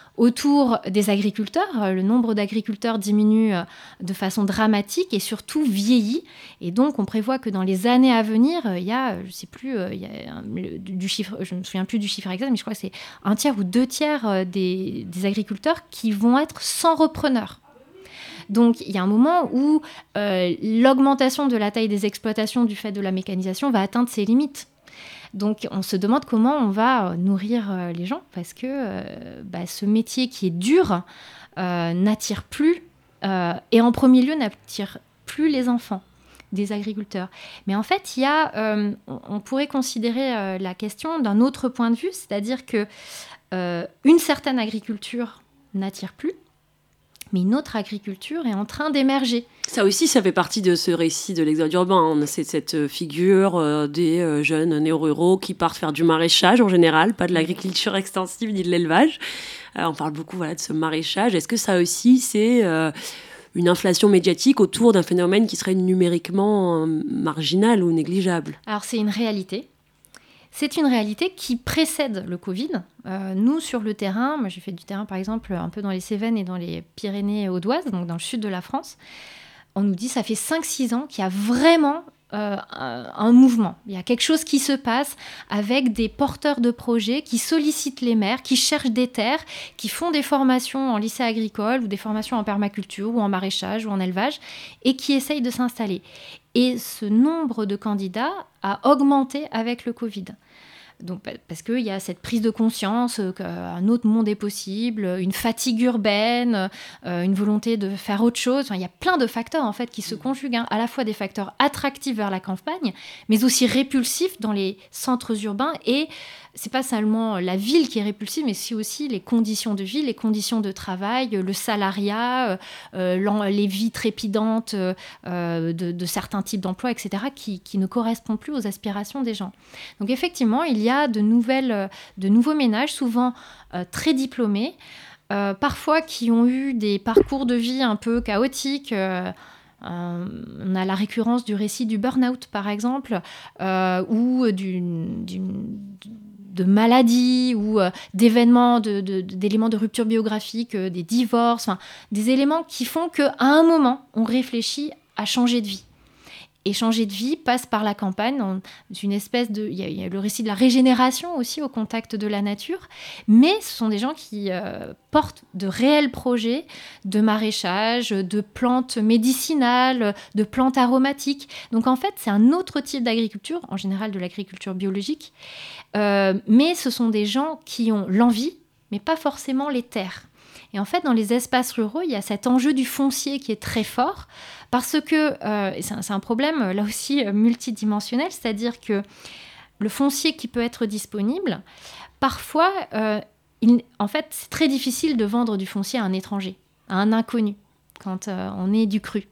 autour des agriculteurs. Le nombre d'agriculteurs diminue de façon dramatique et surtout vieillit. Et donc, on prévoit que dans les années à venir, il y a, je ne sais plus, il y a du chiffre, je ne me souviens plus du chiffre exact, mais je crois que c'est un tiers ou deux tiers des, des agriculteurs qui vont être sans repreneur. Donc, il y a un moment où euh, l'augmentation de la taille des exploitations du fait de la mécanisation va atteindre ses limites. Donc, on se demande comment on va nourrir euh, les gens parce que euh, bah, ce métier qui est dur euh, n'attire plus, euh, et en premier lieu n'attire plus les enfants des agriculteurs. Mais en fait, il y a, euh, on, on pourrait considérer euh, la question d'un autre point de vue, c'est-à-dire que euh, une certaine agriculture n'attire plus, mais une autre agriculture est en train d'émerger. Ça aussi, ça fait partie de ce récit de l'exode urbain. C'est cette figure euh, des euh, jeunes néo-ruraux qui partent faire du maraîchage en général, pas de l'agriculture extensive ni de l'élevage. Euh, on parle beaucoup voilà, de ce maraîchage. Est-ce que ça aussi, c'est euh, une inflation médiatique autour d'un phénomène qui serait numériquement euh, marginal ou négligeable ? Alors, c'est une réalité. C'est une réalité qui précède le Covid. Euh, nous, sur le terrain, moi j'ai fait du terrain par exemple un peu dans les Cévennes et dans les Pyrénées audoises, donc dans le sud de la France. On nous dit ça fait cinq six ans qu'il y a vraiment euh, un, un mouvement. Il y a quelque chose qui se passe avec des porteurs de projets qui sollicitent les maires, qui cherchent des terres, qui font des formations en lycée agricole ou des formations en permaculture ou en maraîchage ou en élevage et qui essayent de s'installer. Et ce nombre de candidats a augmenté avec le Covid. Donc, parce qu'il y a cette prise de conscience qu'un autre monde est possible, une fatigue urbaine, euh, une volonté de faire autre chose. Enfin, il y a plein de facteurs en fait, qui se conjuguent, hein, à la fois des facteurs attractifs vers la campagne, mais aussi répulsifs dans les centres urbains. Et c'est pas seulement la ville qui est répulsive, mais c'est aussi les conditions de vie, les conditions de travail, le salariat, euh, les vies trépidantes euh, de, de certains types d'emplois, et cetera, qui, qui ne correspondent plus aux aspirations des gens. Donc effectivement, il y a de, nouvelles, de nouveaux ménages, souvent euh, très diplômés, euh, parfois qui ont eu des parcours de vie un peu chaotiques. Euh, Euh, on a la récurrence du récit du burn-out, par exemple, euh, ou d'une, d'une, de maladies, ou euh, d'événements, de, de, d'éléments de rupture biographique, euh, des divorces, des éléments qui font qu'à un moment, on réfléchit à changer de vie. Et changer de vie passe par la campagne, dans une espèce de... Il y, y a le récit de la régénération aussi au contact de la nature, mais ce sont des gens qui euh, portent de réels projets de maraîchage, de plantes médicinales, de plantes aromatiques. Donc en fait, c'est un autre type d'agriculture, en général de l'agriculture biologique, euh, mais ce sont des gens qui ont l'envie, mais pas forcément les terres. Et en fait, dans les espaces ruraux, il y a cet enjeu du foncier qui est très fort, parce que euh, c'est, un, c'est un problème, là aussi, multidimensionnel, c'est-à-dire que le foncier qui peut être disponible, parfois, euh, il, en fait, c'est très difficile de vendre du foncier à un étranger, à un inconnu, quand euh, on est du cru.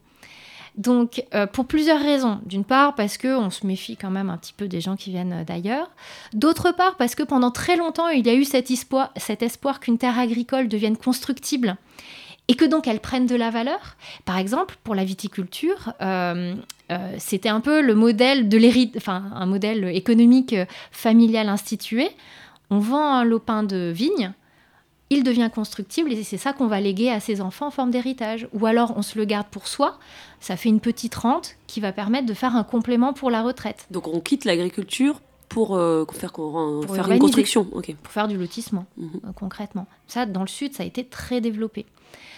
Donc, euh, pour plusieurs raisons. D'une part, parce qu'on se méfie quand même un petit peu des gens qui viennent d'ailleurs. D'autre part, parce que pendant très longtemps, il y a eu cet espoir, cet espoir qu'une terre agricole devienne constructible et que donc elle prenne de la valeur. Par exemple, pour la viticulture, euh, euh, c'était un peu le modèle de l'hérite, enfin, un modèle économique familial institué. On vend un lopin de vigne, il devient constructible et c'est ça qu'on va léguer à ses enfants en forme d'héritage. Ou alors on se le garde pour soi, ça fait une petite rente qui va permettre de faire un complément pour la retraite. Donc on quitte l'agriculture pour euh, faire, pour faire une urbaniser, construction. Okay. Pour faire du lotissement, mmh. euh, concrètement. Ça, dans le sud, ça a été très développé.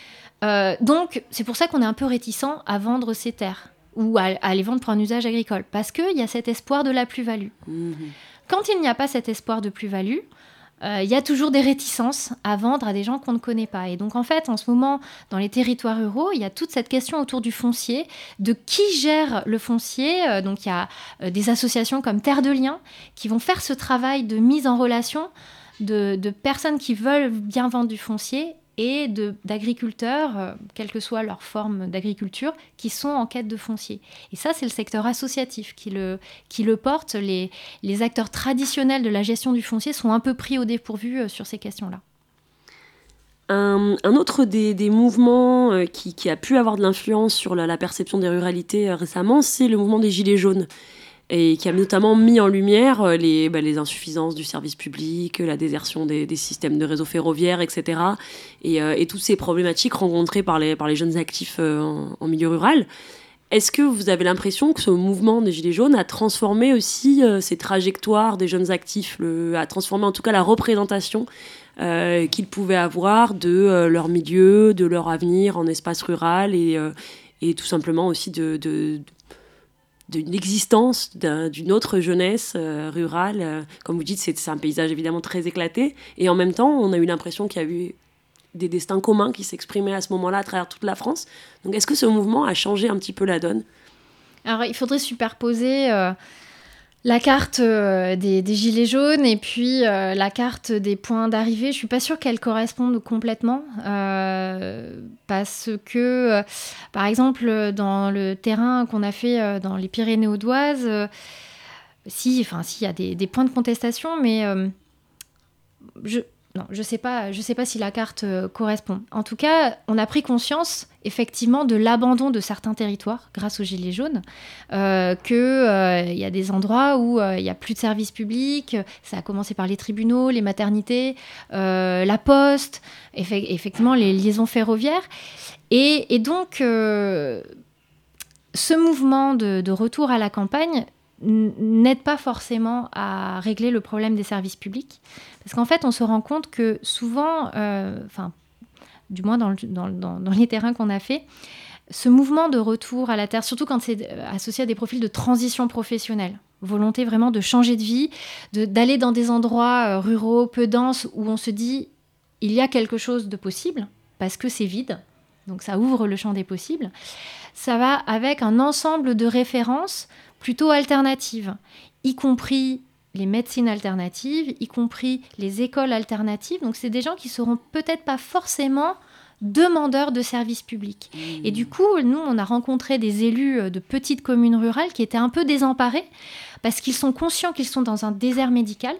Euh, donc c'est pour ça qu'on est un peu réticent à vendre ces terres ou à, à les vendre pour un usage agricole, parce qu'il y a cet espoir de la plus-value. Mmh. Quand il n'y a pas cet espoir de plus-value, il euh, y a toujours des réticences à vendre à des gens qu'on ne connaît pas. Et donc, en fait, en ce moment, dans les territoires ruraux, il y a toute cette question autour du foncier, de qui gère le foncier. Euh, donc, il y a euh, des associations comme Terre de Liens qui vont faire ce travail de mise en relation de, de personnes qui veulent bien vendre du foncier et de, d'agriculteurs, euh, quelle que soit leur forme d'agriculture, qui sont en quête de foncier. Et ça, c'est le secteur associatif qui le, qui le porte. Les, les acteurs traditionnels de la gestion du foncier sont un peu pris au dépourvu euh, sur ces questions-là. Un, un autre des, des mouvements euh, qui, qui a pu avoir de l'influence sur la, la perception des ruralités euh, récemment, c'est le mouvement des Gilets jaunes. Et qui a notamment mis en lumière les, bah, les insuffisances du service public, la désertion des, des systèmes de réseau ferroviaire, et cetera. Et, euh, et toutes ces problématiques rencontrées par les, par les jeunes actifs euh, en, en milieu rural. Est-ce que vous avez l'impression que ce mouvement des Gilets jaunes a transformé aussi euh, ces trajectoires des jeunes actifs, le, a transformé en tout cas la représentation euh, qu'ils pouvaient avoir de euh, leur milieu, de leur avenir en espace rural et, euh, et tout simplement aussi de... de d'une existence d'un, d'une autre jeunesse euh, rurale. Euh, comme vous dites, c'est, c'est un paysage évidemment très éclaté. Et en même temps, on a eu l'impression qu'il y a eu des destins communs qui s'exprimaient à ce moment-là à travers toute la France. Donc est-ce que ce mouvement a changé un petit peu la donne ? Alors, il faudrait superposer euh, la carte euh, des, des gilets jaunes et puis euh, la carte des points d'arrivée. Je ne suis pas sûre qu'elles correspondent complètement euh, parce que, euh, par exemple, dans le terrain qu'on a fait euh, dans les Pyrénées audoises, euh, si, enfin, si, il y a des, des points de contestation, mais euh, je, non, je sais pas, je sais pas si la carte euh, correspond. En tout cas, on a pris conscience effectivement de l'abandon de certains territoires grâce aux Gilets jaunes, euh, qu'il euh, y a des endroits où il euh, n'y a plus de services publics. Ça a commencé par les tribunaux, les maternités, euh, la poste, eff- effectivement les liaisons ferroviaires. Et, et donc, euh, ce mouvement de, de retour à la campagne n'aide pas forcément à régler le problème des services publics. Parce qu'en fait, on se rend compte que souvent, euh, enfin, du moins dans, le, dans, dans, dans les terrains qu'on a fait, ce mouvement de retour à la terre, surtout quand c'est associé à des profils de transition professionnelle, volonté vraiment de changer de vie, de, d'aller dans des endroits euh, ruraux, peu denses, où on se dit, il y a quelque chose de possible, parce que c'est vide, donc ça ouvre le champ des possibles. Ça va avec un ensemble de références plutôt alternatives, y compris les médecines alternatives, y compris les écoles alternatives. Donc, c'est des gens qui seront peut-être pas forcément demandeurs de services publics. Mmh. Et du coup, nous, on a rencontré des élus de petites communes rurales qui étaient un peu désemparés parce qu'ils sont conscients qu'ils sont dans un désert médical.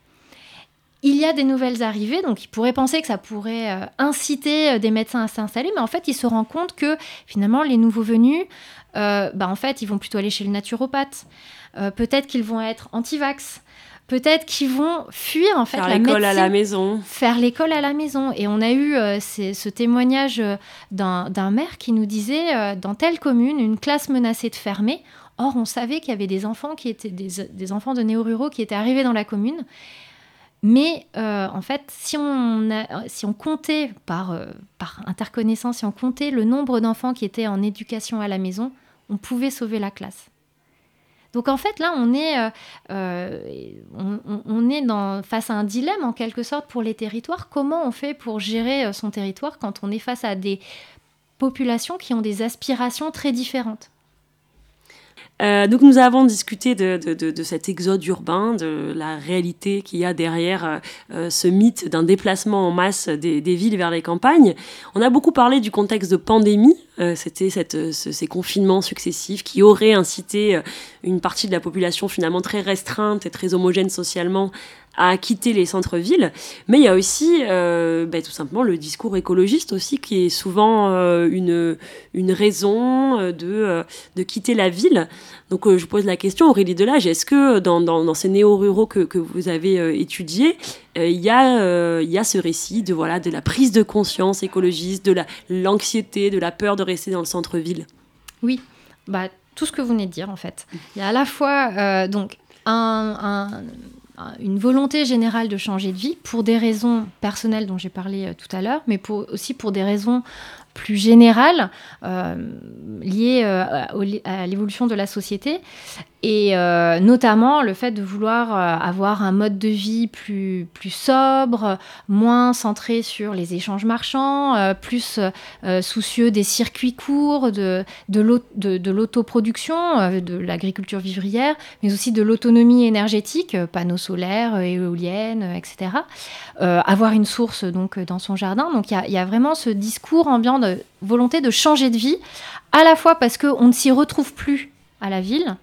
Il y a des nouvelles arrivées, donc ils pourraient penser que ça pourrait euh, inciter euh, des médecins à s'installer, mais en fait, ils se rendent compte que finalement, les nouveaux venus, euh, bah, en fait, ils vont plutôt aller chez le naturopathe. Euh, peut-être qu'ils vont être anti-vax. Peut-être qu'ils vont fuir en fait faire la l'école médecine, à la maison. Faire l'école à la maison. Et on a eu euh, ces, ce témoignage euh, d'un, d'un maire qui nous disait euh, dans telle commune, une classe menacée de fermer. Or, on savait qu'il y avait des enfants qui étaient des, des enfants de néo-ruraux qui étaient arrivés dans la commune. Mais euh, en fait, si on, a, si on comptait par, euh, par interconnaissance, si on comptait le nombre d'enfants qui étaient en éducation à la maison, on pouvait sauver la classe. Donc en fait, là, on est, euh, euh, on, on est dans, face à un dilemme, en quelque sorte, pour les territoires. Comment on fait pour gérer son territoire quand on est face à des populations qui ont des aspirations très différentes ? Euh, donc nous avons discuté de, de, de, de cet exode urbain, de la réalité qu'il y a derrière euh, ce mythe d'un déplacement en masse des, des villes vers les campagnes. On a beaucoup parlé du contexte de pandémie, euh, c'était cette, ce, ces confinements successifs qui auraient incité une partie de la population finalement très restreinte et très homogène socialement à quitter les centres-villes, mais il y a aussi euh, bah, tout simplement le discours écologiste aussi qui est souvent euh, une, une raison de, euh, de quitter la ville. Donc euh, je vous pose la question, Aurélie Delage, est-ce que dans, dans, dans ces néo-ruraux que, que vous avez euh, étudiés, euh, il y a, euh, il y a ce récit de, voilà, de la prise de conscience écologiste, de la, l'anxiété, de la peur de rester dans le centre-ville ? Oui, bah, tout ce que vous venez de dire en fait. Il y a à la fois euh, donc, un... un une volonté générale de changer de vie pour des raisons personnelles dont j'ai parlé euh, tout à l'heure, mais pour, aussi pour des raisons plus générales euh, liées euh, à, à l'évolution de la société et euh, notamment le fait de vouloir euh, avoir un mode de vie plus, plus sobre, moins centré sur les échanges marchands, euh, plus euh, soucieux des circuits courts, de, de, l'aut- de, de l'autoproduction, euh, de l'agriculture vivrière, mais aussi de l'autonomie énergétique, euh, panneaux solaires, euh, éoliennes, euh, et cetera. Euh, avoir une source donc, dans son jardin. Donc il y, y a vraiment ce discours ambiant de volonté de changer de vie, à la fois parce qu'on ne s'y retrouve plus à la ville,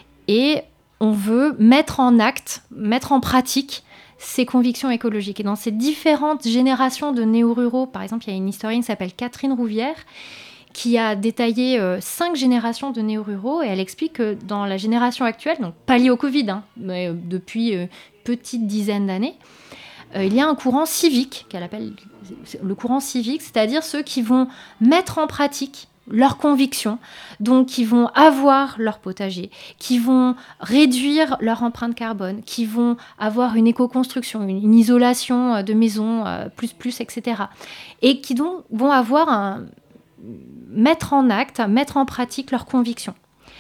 et on veut mettre en acte, mettre en pratique ses convictions écologiques. Et dans ces différentes générations de néo-ruraux, par exemple, il y a une historienne qui s'appelle Catherine Rouvière, qui a détaillé euh, cinq générations de néo-ruraux, et elle explique que dans la génération actuelle, donc pas liée au Covid, hein, mais euh, depuis euh, une petite dizaine d'années, euh, il y a un courant civique, qu'elle appelle le courant civique, c'est-à-dire ceux qui vont mettre en pratique leurs convictions, donc qui vont avoir leur potager, qui vont réduire leur empreinte carbone, qui vont avoir une éco-construction, une, une isolation de maison, euh, plus, plus, et cetera. Et qui donc vont avoir un, mettre en acte, mettre en pratique leurs convictions.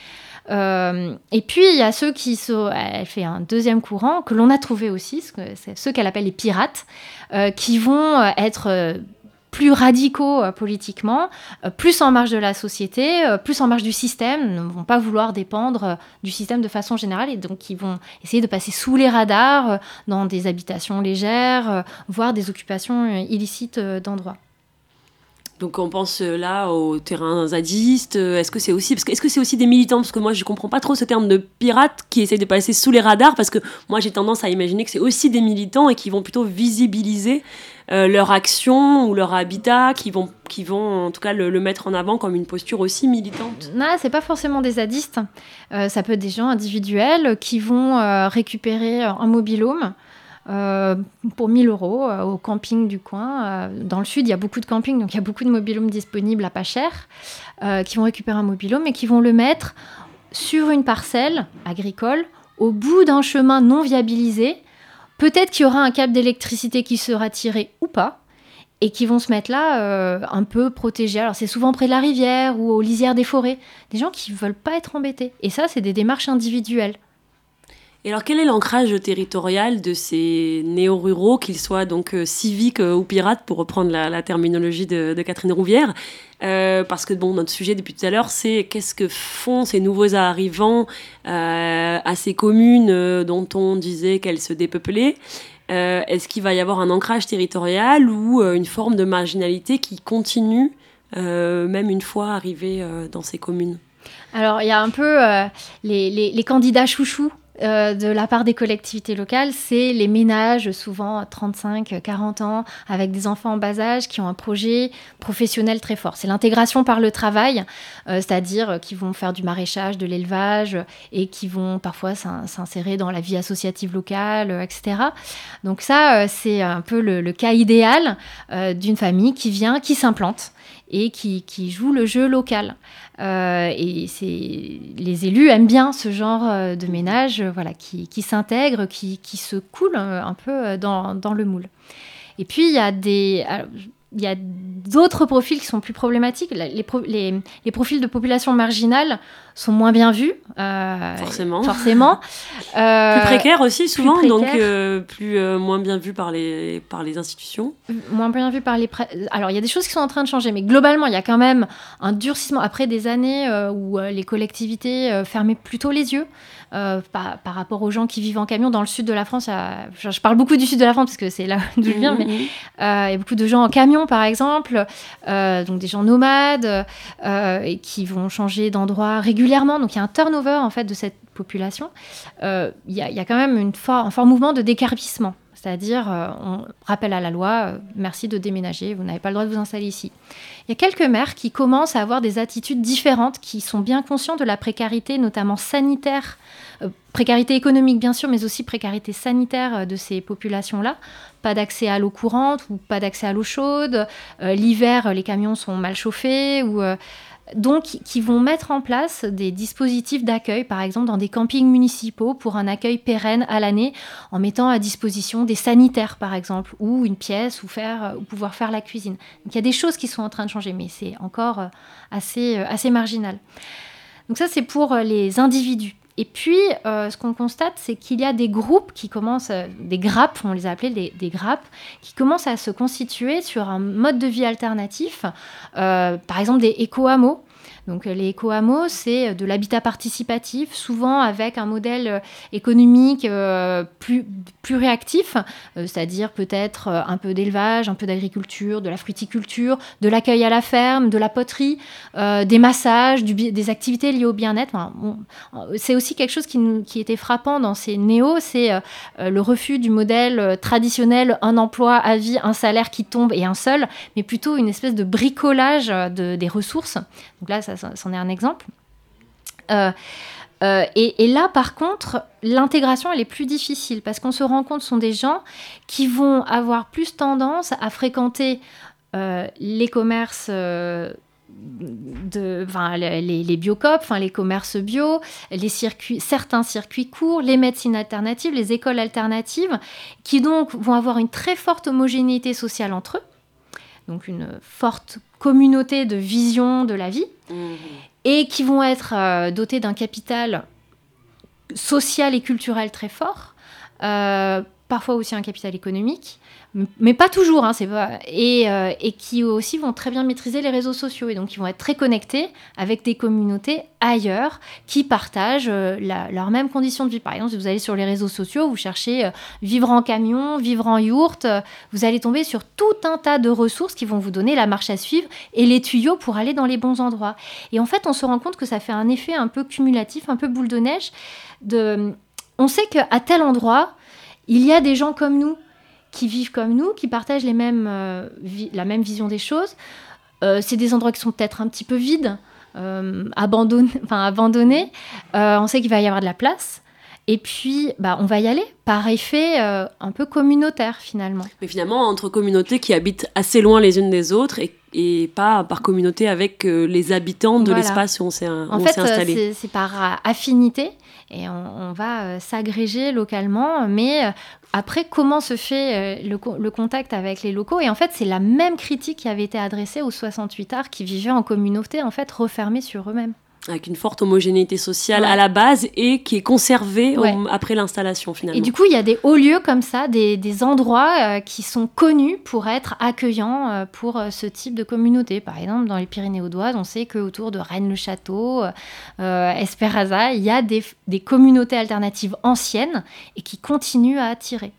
Euh, et puis, il y a ceux qui sont... Elle fait un deuxième courant que l'on a trouvé aussi, c'est ceux qu'elle appelle les pirates, euh, qui vont être... Euh, plus radicaux euh, politiquement, euh, plus en marge de la société, euh, plus en marge du système, ne vont pas vouloir dépendre euh, du système de façon générale, et donc ils vont essayer de passer sous les radars euh, dans des habitations légères, euh, voire des occupations euh, illicites euh, d'endroits. Donc on pense euh, là aux terrains zadistes. euh, Est-ce que c'est aussi, parce que est-ce que c'est aussi des militants? Parce que moi je comprends pas trop ce terme de pirates qui essayent de passer sous les radars. Parce que moi j'ai tendance à imaginer que c'est aussi des militants et qui vont plutôt visibiliser euh, leur action ou leur habitat, qui vont, qui vont en tout cas le, le mettre en avant comme une posture aussi militante. Non, c'est pas forcément des zadistes. Euh, ça peut être des gens individuels qui vont euh, récupérer un mobil-home euh, pour mille euros euh, au camping du coin. Euh, dans le sud, il y a beaucoup de campings, donc il y a beaucoup de mobil-homes disponibles à pas cher, euh, qui vont récupérer un mobil-home et qui vont le mettre sur une parcelle agricole, au bout d'un chemin non viabilisé. Peut-être qu'il y aura un câble d'électricité qui sera tiré ou pas, et qui vont se mettre là euh, un peu protégés. Alors c'est souvent près de la rivière ou aux lisières des forêts. Des gens qui ne veulent pas être embêtés. Et ça, c'est des démarches individuelles. Et alors quel est l'ancrage territorial de ces néo-ruraux, qu'ils soient donc euh, civiques euh, ou pirates, pour reprendre la, la terminologie de, de Catherine Rouvière? Euh, parce que bon, notre sujet depuis tout à l'heure, c'est qu'est-ce que font ces nouveaux arrivants euh, à ces communes euh, dont on disait qu'elles se dépeuplaient. Euh, est-ce qu'il va y avoir un ancrage territorial ou euh, une forme de marginalité qui continue euh, même une fois arrivés euh, dans ces communes? Alors il y a un peu euh, les, les, les candidats chouchous Euh, de la part des collectivités locales, c'est les ménages, souvent trente-cinq à quarante ans, avec des enfants en bas âge, qui ont un projet professionnel très fort. C'est l'intégration par le travail, euh, c'est-à-dire qu'ils vont faire du maraîchage, de l'élevage, et qui vont parfois s'in- s'insérer dans la vie associative locale, euh, et cetera. Donc ça, euh, c'est un peu le, le cas idéal euh, d'une famille qui vient, qui s'implante, et qui, qui joue le jeu local. Euh, et c'est, les élus aiment bien ce genre euh, de ménage euh, voilà, qui, qui s'intègre, qui, qui se coule euh, un peu dans, dans le moule. Et puis, il y a des... Alors, il y a d'autres profils qui sont plus problématiques. Les, pro- les, les profils de population marginale sont moins bien vus. Euh, Forcément. Forcément. Euh, Plus précaires aussi, souvent, plus donc précaires. euh, plus euh, moins bien vus par les, par les institutions. Moins bien vu par les... Pré... Alors, il y a des choses qui sont en train de changer, mais globalement, il y a quand même un durcissement. Après des années euh, où euh, les collectivités euh, fermaient plutôt les yeux euh, par, par rapport aux gens qui vivent en camion. Dans le sud de la France, euh, je, je parle beaucoup du sud de la France parce que c'est là d'où je viens, Mmh, mais mmh. euh, il y a beaucoup de gens en camion, par exemple, euh, donc des gens nomades euh, et qui vont changer d'endroit régulièrement. Donc, il y a un turnover, en fait, de cette population. Euh, Il y, a- il y a quand même une for- un fort mouvement de décarpissement. C'est-à-dire, euh, on rappelle à la loi, euh, merci de déménager, vous n'avez pas le droit de vous installer ici. Il y a quelques maires qui commencent à avoir des attitudes différentes, qui sont bien conscients de la précarité, notamment sanitaire, euh, précarité économique bien sûr, mais aussi précarité sanitaire euh, de ces populations-là. Pas d'accès à l'eau courante ou pas d'accès à l'eau chaude. Euh, l'hiver, euh, les camions sont mal chauffés ou... euh, donc, qui vont mettre en place des dispositifs d'accueil, par exemple dans des campings municipaux pour un accueil pérenne à l'année, en mettant à disposition des sanitaires, par exemple, ou une pièce, ou, faire, ou pouvoir faire la cuisine. Donc, il y a des choses qui sont en train de changer, mais c'est encore euh, assez, euh, assez marginal. Donc ça, c'est pour euh, les individus. Et puis, euh, ce qu'on constate, c'est qu'il y a des groupes qui commencent, euh, des grappes, on les a appelés des, des grappes, qui commencent à se constituer sur un mode de vie alternatif, euh, par exemple des éco-hameaux. Donc les éco-hameaux, c'est de l'habitat participatif, souvent avec un modèle euh, économique euh, plus, plus réactif, euh, c'est-à-dire peut-être euh, un peu d'élevage, un peu d'agriculture, de la fruiticulture, de l'accueil à la ferme, de la poterie, euh, des massages, du bi- des activités liées au bien-être. Enfin, bon, c'est aussi quelque chose qui, nous, qui était frappant dans ces néos, c'est euh, le refus du modèle euh, traditionnel, un emploi à vie, un salaire qui tombe et un seul, mais plutôt une espèce de bricolage de, des ressources. Donc là, ça, c'en est un exemple. Euh, euh, et, et là, par contre, l'intégration, elle est plus difficile parce qu'on se rend compte que ce sont des gens qui vont avoir plus tendance à fréquenter euh, les commerces... Euh, De, enfin, les, les biocoop, enfin, les commerces bio, les circuits, certains circuits courts, les médecines alternatives, les écoles alternatives, qui donc vont avoir une très forte homogénéité sociale entre eux, donc une forte communauté de vision de la vie, mmh. et qui vont être euh, dotés d'un capital social et culturel très fort, euh, parfois aussi un capital économique, mais pas toujours, hein, c'est pas... et, euh, et qui aussi vont très bien maîtriser les réseaux sociaux, et donc ils vont être très connectés avec des communautés ailleurs qui partagent euh, la, leurs mêmes conditions de vie. Par exemple, si vous allez sur les réseaux sociaux, vous cherchez euh, vivre en camion, vivre en yourte, euh, vous allez tomber sur tout un tas de ressources qui vont vous donner la marche à suivre et les tuyaux pour aller dans les bons endroits. Et en fait, on se rend compte que ça fait un effet un peu cumulatif, un peu boule de neige. De... On sait qu'à tel endroit, il y a des gens comme nous, qui vivent comme nous, qui partagent les mêmes, euh, vi- la même vision des choses. Euh, c'est des endroits qui sont peut-être un petit peu vides, euh, abandonnés. Enfin, abandonnés. Euh, on sait qu'il va y avoir de la place. Et puis, bah, on va y aller par effet euh, un peu communautaire, finalement. Mais finalement, entre communautés qui habitent assez loin les unes des autres et, et pas par communauté avec euh, les habitants de Voilà. l'espace où on s'est, on En fait, s'est installé. c'est, c'est par affinité et on, on va euh, s'agréger localement. Mais euh, après, comment se fait euh, le, co- le contact avec les locaux ? Et en fait, c'est la même critique qui avait été adressée aux soixante-huit arts qui vivaient en communauté, en fait, refermés sur eux-mêmes. Avec une forte homogénéité sociale Ouais. à la base et qui est conservée Ouais. au- après l'installation finalement. Et du coup, il y a des hauts lieux comme ça, des, des endroits euh, qui sont connus pour être accueillants euh, pour euh, ce type de communauté. Par exemple, dans les Pyrénées audoises, on sait qu'autour de Rennes-le-Château, euh, Espéraza, il y a des, des communautés alternatives anciennes et qui continuent à attirer.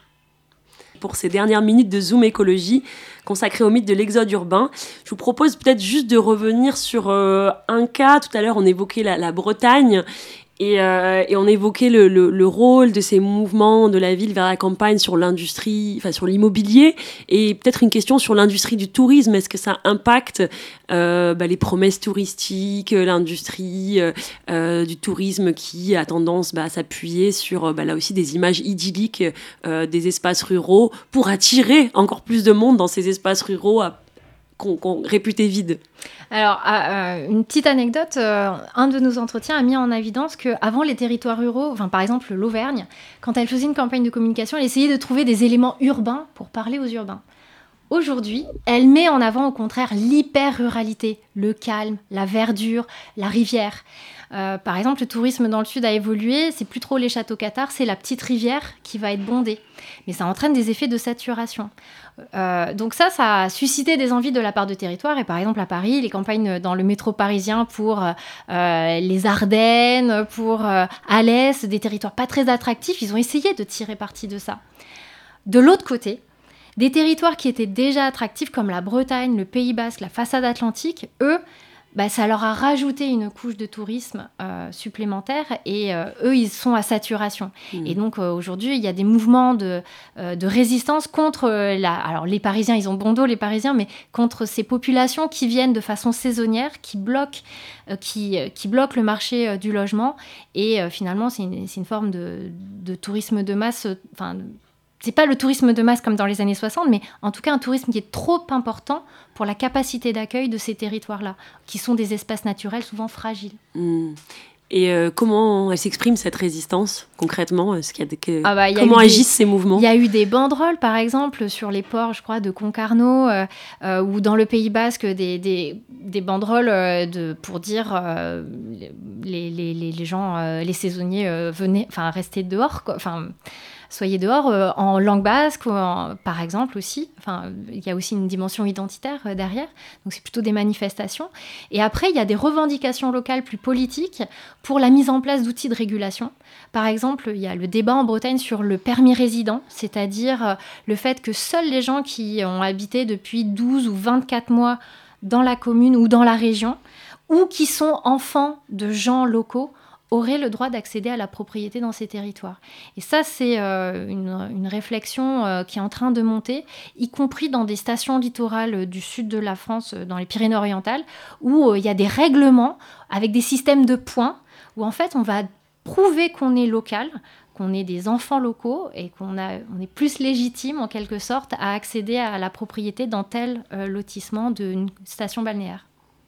Pour ces dernières minutes de Zoom Écologie consacrées au mythe de l'exode urbain, je vous propose peut-être juste de revenir sur euh, un cas. Tout à l'heure, on évoquait la, la Bretagne et, euh, et on évoquait le, le, le rôle de ces mouvements de la ville vers la campagne sur l'industrie, enfin sur l'immobilier, et peut-être une question sur l'industrie du tourisme. Est-ce que ça impacte euh, bah, les promesses touristiques, l'industrie euh, euh, du tourisme qui a tendance bah, à s'appuyer sur bah, là aussi des images idylliques euh, des espaces ruraux pour attirer encore plus de monde dans ces espaces ruraux à, qu'on, qu'on, réputés vides. Alors, euh, une petite anecdote, euh, un de nos entretiens a mis en évidence qu'avant les territoires ruraux, enfin, par exemple l'Auvergne, quand elle faisait une campagne de communication, elle essayait de trouver des éléments urbains pour parler aux urbains. Aujourd'hui, elle met en avant au contraire l'hyper-ruralité, le calme, la verdure, la rivière. Euh, par exemple, le tourisme dans le sud a évolué, c'est plus trop les châteaux cathares, c'est la petite rivière qui va être bondée. Mais ça entraîne des effets de saturation. Euh, donc ça, ça a suscité des envies de la part de territoires. Et par exemple, à Paris, les campagnes dans le métro parisien pour euh, les Ardennes, pour euh, Alès, des territoires pas très attractifs, ils ont essayé de tirer parti de ça. De l'autre côté, des territoires qui étaient déjà attractifs comme la Bretagne, le Pays Basque, la façade atlantique, eux, bah, ça leur a rajouté une couche de tourisme euh, supplémentaire et euh, eux, ils sont à saturation. Mmh. Et donc euh, aujourd'hui, il y a des mouvements de, euh, de résistance contre euh, la... Alors les Parisiens, ils ont bon dos les Parisiens, mais contre ces populations qui viennent de façon saisonnière, qui bloquent, euh, qui, euh, qui bloquent le marché euh, du logement. Et euh, finalement, c'est une, c'est une forme de, de tourisme de masse... Enfin, euh, c'est pas le tourisme de masse comme dans les années soixante, mais en tout cas un tourisme qui est trop important pour la capacité d'accueil de ces territoires-là, qui sont des espaces naturels souvent fragiles. Mmh. Et euh, comment elle s'exprime cette résistance concrètement ? Est-ce qu'il y a des... que... ah bah, y a Comment agissent des... ces mouvements ? Il y a eu des banderoles, par exemple, sur les ports, je crois, de Concarneau, euh, euh, ou dans le Pays Basque, des, des, des banderoles euh, de, pour dire euh, les, les, les, les gens, euh, les saisonniers, euh, venez, enfin, restez dehors, quoi. Enfin, soyez dehors, euh, en langue basque, en, par exemple, aussi. Enfin, il y a aussi une dimension identitaire euh, derrière. Donc, c'est plutôt des manifestations. Et après, il y a des revendications locales plus politiques pour la mise en place d'outils de régulation. Par exemple, il y a le débat en Bretagne sur le permis résident, c'est-à-dire euh, le fait que seuls les gens qui ont habité depuis douze ou vingt-quatre mois dans la commune ou dans la région, ou qui sont enfants de gens locaux, auraient le droit d'accéder à la propriété dans ces territoires. Et ça, c'est euh, une, une réflexion euh, qui est en train de monter, y compris dans des stations littorales du sud de la France, dans les Pyrénées-Orientales, où il euh, y a des règlements avec des systèmes de points, où en fait, on va prouver qu'on est local, qu'on est des enfants locaux et qu'on a, on est plus légitime, en quelque sorte, à accéder à la propriété dans tel euh, lotissement d'une station balnéaire.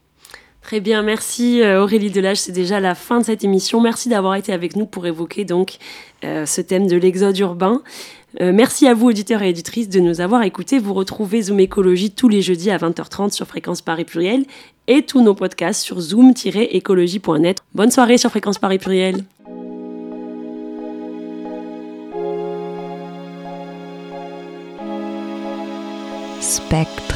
Très bien, merci Aurélie Delage, c'est déjà la fin de cette émission. Merci d'avoir été avec nous pour évoquer donc euh, ce thème de l'exode urbain. Euh, merci à vous auditeurs et éditrices de nous avoir écoutés. Vous retrouvez Zoom Écologie tous les jeudis à vingt heures trente sur Fréquence Paris Pluriel et tous nos podcasts sur zoom tiret écologie point net. Bonne soirée sur Fréquence Paris Pluriel. Spectre.